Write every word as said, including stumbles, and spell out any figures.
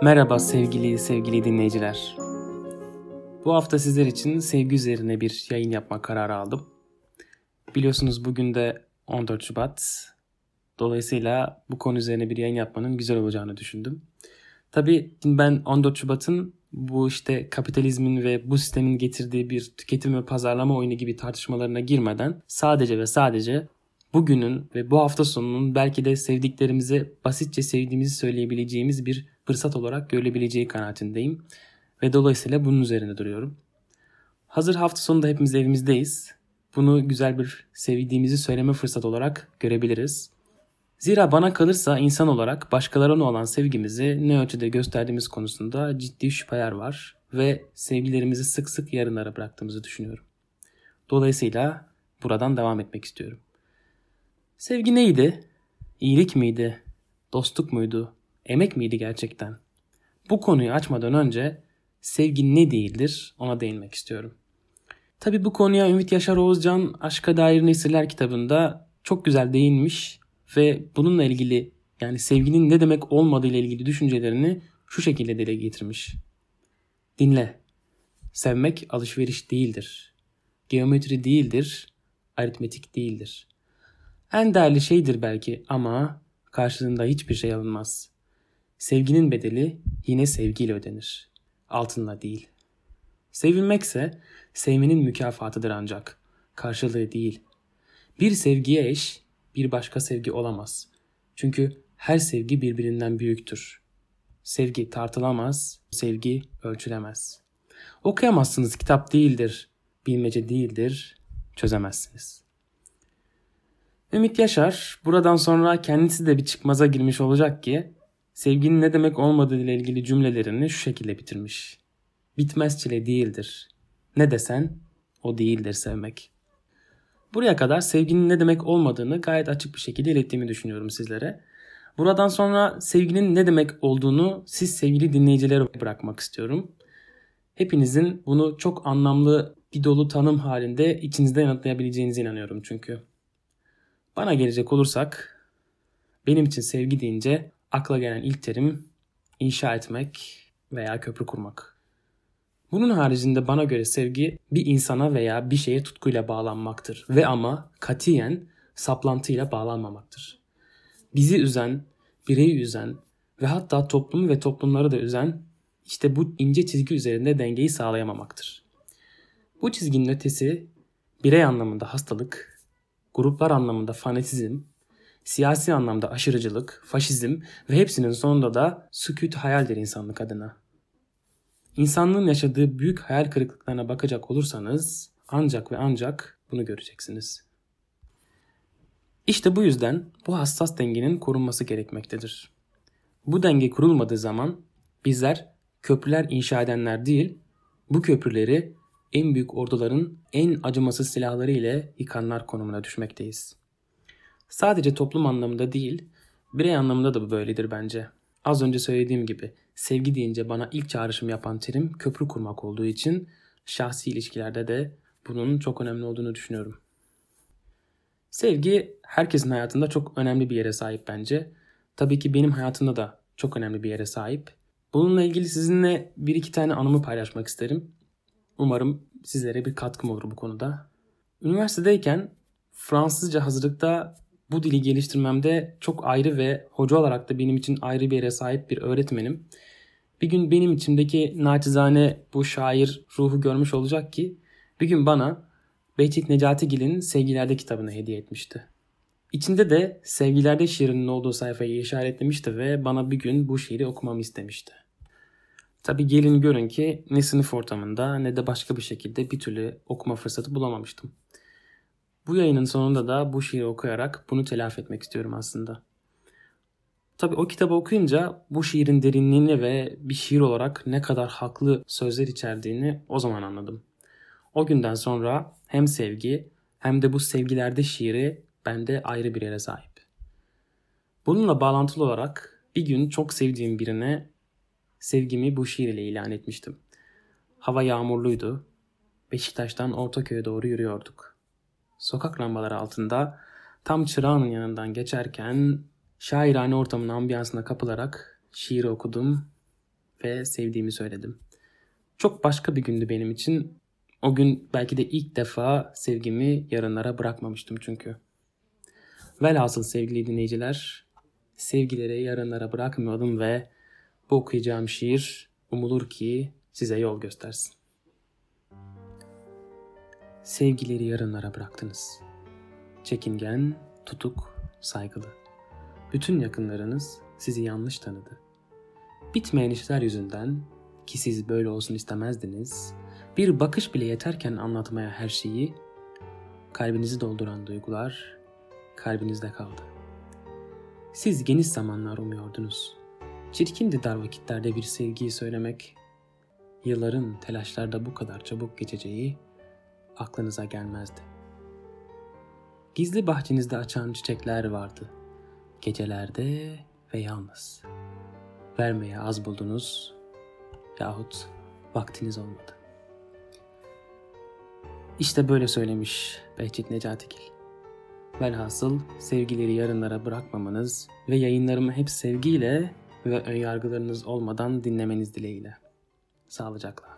Merhaba sevgili sevgili dinleyiciler. Bu hafta sizler için sevgi üzerine bir yayın yapma kararı aldım. Biliyorsunuz bugün de on dört Şubat. Dolayısıyla bu konu üzerine bir yayın yapmanın güzel olacağını düşündüm. Tabii ben on dört Şubat'ın bu işte kapitalizmin ve bu sistemin getirdiği bir tüketim ve pazarlama oyunu gibi tartışmalarına girmeden sadece ve sadece bugünün ve bu hafta sonunun belki de sevdiklerimize basitçe sevdiğimizi söyleyebileceğimiz bir fırsat olarak görülebileceği kanaatindeyim. Ve dolayısıyla bunun üzerine duruyorum. Hazır hafta sonunda hepimiz evimizdeyiz. Bunu güzel bir sevdiğimizi söyleme fırsatı olarak görebiliriz. Zira bana kalırsa insan olarak başkalarına olan sevgimizi ne ölçüde gösterdiğimiz konusunda ciddi şüpheler var ve sevgilerimizi sık sık yarınlara bıraktığımızı düşünüyorum. Dolayısıyla buradan devam etmek istiyorum. Sevgi neydi? İyilik miydi? Dostluk muydu? Emek miydi gerçekten? Bu konuyu açmadan önce sevgi ne değildir ona değinmek istiyorum. Tabii bu konuya Ümit Yaşar Oğuzcan Aşka Dair Nesiller kitabında çok güzel değinmiş ve bununla ilgili yani sevginin ne demek olmadığı ile ilgili düşüncelerini şu şekilde dile getirmiş. Dinle. Sevmek alışveriş değildir. Geometri değildir. Aritmetik değildir. En değerli şeydir belki ama karşılığında hiçbir şey alınmaz. Sevginin bedeli yine sevgiyle ödenir. Altınla değil. Sevilmekse sevmenin mükafatıdır ancak. Karşılığı değil. Bir sevgiye eş bir başka sevgi olamaz. Çünkü her sevgi birbirinden büyüktür. Sevgi tartılamaz, sevgi ölçülemez. Okuyamazsınız, kitap değildir, bilmece değildir, çözemezsiniz. Ümit Yaşar buradan sonra kendisi de bir çıkmaza girmiş olacak ki sevginin ne demek olmadığı ile ilgili cümlelerini şu şekilde bitirmiş. Bitmez çile değildir. Ne desen o değildir sevmek. Buraya kadar sevginin ne demek olmadığını gayet açık bir şekilde ilettiğimi düşünüyorum sizlere. Buradan sonra sevginin ne demek olduğunu siz sevgili dinleyicilere bırakmak istiyorum. Hepinizin bunu çok anlamlı bir dolu tanım halinde içinizde yanıtlayabileceğinize inanıyorum çünkü. Bana gelecek olursak benim için sevgi deyince akla gelen ilk terim inşa etmek veya köprü kurmak. Bunun haricinde bana göre sevgi bir insana veya bir şeye tutkuyla bağlanmaktır ve ama katiyen saplantıyla bağlanmamaktır. Bizi üzen, bireyi üzen ve hatta toplumu ve toplumları da üzen işte bu ince çizgi üzerinde dengeyi sağlayamamaktır. Bu çizginin ötesi birey anlamında hastalık, gruplar anlamında fanatizm, siyasi anlamda aşırıcılık, faşizm ve hepsinin sonunda da sükût hayaldir insanlık adına. İnsanlığın yaşadığı büyük hayal kırıklıklarına bakacak olursanız ancak ve ancak bunu göreceksiniz. İşte bu yüzden bu hassas dengenin korunması gerekmektedir. Bu denge kurulmadığı zaman bizler köprüler inşa edenler değil, bu köprüleri en büyük orduların en acımasız silahları ile yıkanlar konumuna düşmekteyiz. Sadece toplum anlamında değil, birey anlamında da bu böyledir bence. Az önce söylediğim gibi sevgi deyince bana ilk çağrışım yapan terim köprü kurmak olduğu için şahsi ilişkilerde de bunun çok önemli olduğunu düşünüyorum. Sevgi herkesin hayatında çok önemli bir yere sahip bence. Tabii ki benim hayatımda da çok önemli bir yere sahip. Bununla ilgili sizinle bir iki tane anımı paylaşmak isterim. Umarım sizlere bir katkım olur bu konuda. Üniversitedeyken Fransızca hazırlıkta bu dili geliştirmemde çok ayrı ve hoca olarak da benim için ayrı bir yere sahip bir öğretmenim. Bir gün benim içimdeki naçizane bu şair ruhu görmüş olacak ki bir gün bana Behçet Necatigil'in Sevgilerde kitabını hediye etmişti. İçinde de Sevgilerde şiirinin olduğu sayfayı işaretlemişti ve bana bir gün bu şiiri okumamı istemişti. Tabii gelin görün ki ne sınıf ortamında ne de başka bir şekilde bir türlü okuma fırsatı bulamamıştım. Bu yayının sonunda da bu şiiri okuyarak bunu telafi etmek istiyorum aslında. Tabii o kitabı okuyunca bu şiirin derinliğini ve bir şiir olarak ne kadar haklı sözler içerdiğini o zaman anladım. O günden sonra hem sevgi hem de bu sevgilerde şiiri bende ayrı bir yere sahip. Bununla bağlantılı olarak bir gün çok sevdiğim birine sevgimi bu şiir ile ilan etmiştim. Hava yağmurluydu. Beşiktaş'tan Ortaköy'e doğru yürüyorduk. Sokak lambaları altında tam çırağının yanından geçerken şairane ortamın ambiyansına kapılarak şiiri okudum ve sevdiğimi söyledim. Çok başka bir gündü benim için. O gün belki de ilk defa sevgimi yarınlara bırakmamıştım çünkü. Velhasıl sevgili dinleyiciler, sevgileri yarınlara bırakmıyordum ve bu okuyacağım şiir umulur ki size yol göstersin. Sevgileri yarınlara bıraktınız. Çekingen, tutuk, saygılı. Bütün yakınlarınız sizi yanlış tanıdı. Bitmeyen işler yüzünden, ki siz böyle olsun istemezdiniz, bir bakış bile yeterken anlatmaya her şeyi, kalbinizi dolduran duygular kalbinizde kaldı. Siz geniş zamanlar umuyordunuz. Çirkindi dar vakitlerde bir sevgiyi söylemek. Yılların telaşlarda bu kadar çabuk geçeceği aklınıza gelmezdi. Gizli bahçenizde açan çiçekler vardı. Gecelerde ve yalnız. Vermeye az buldunuz yahut vaktiniz olmadı. İşte böyle söylemiş Behçet Necatigil. Velhasıl sevgileri yarınlara bırakmamanız ve yayınlarımı hep sevgiyle ve önyargılarınız olmadan dinlemeniz dileğiyle. Sağlıcakla.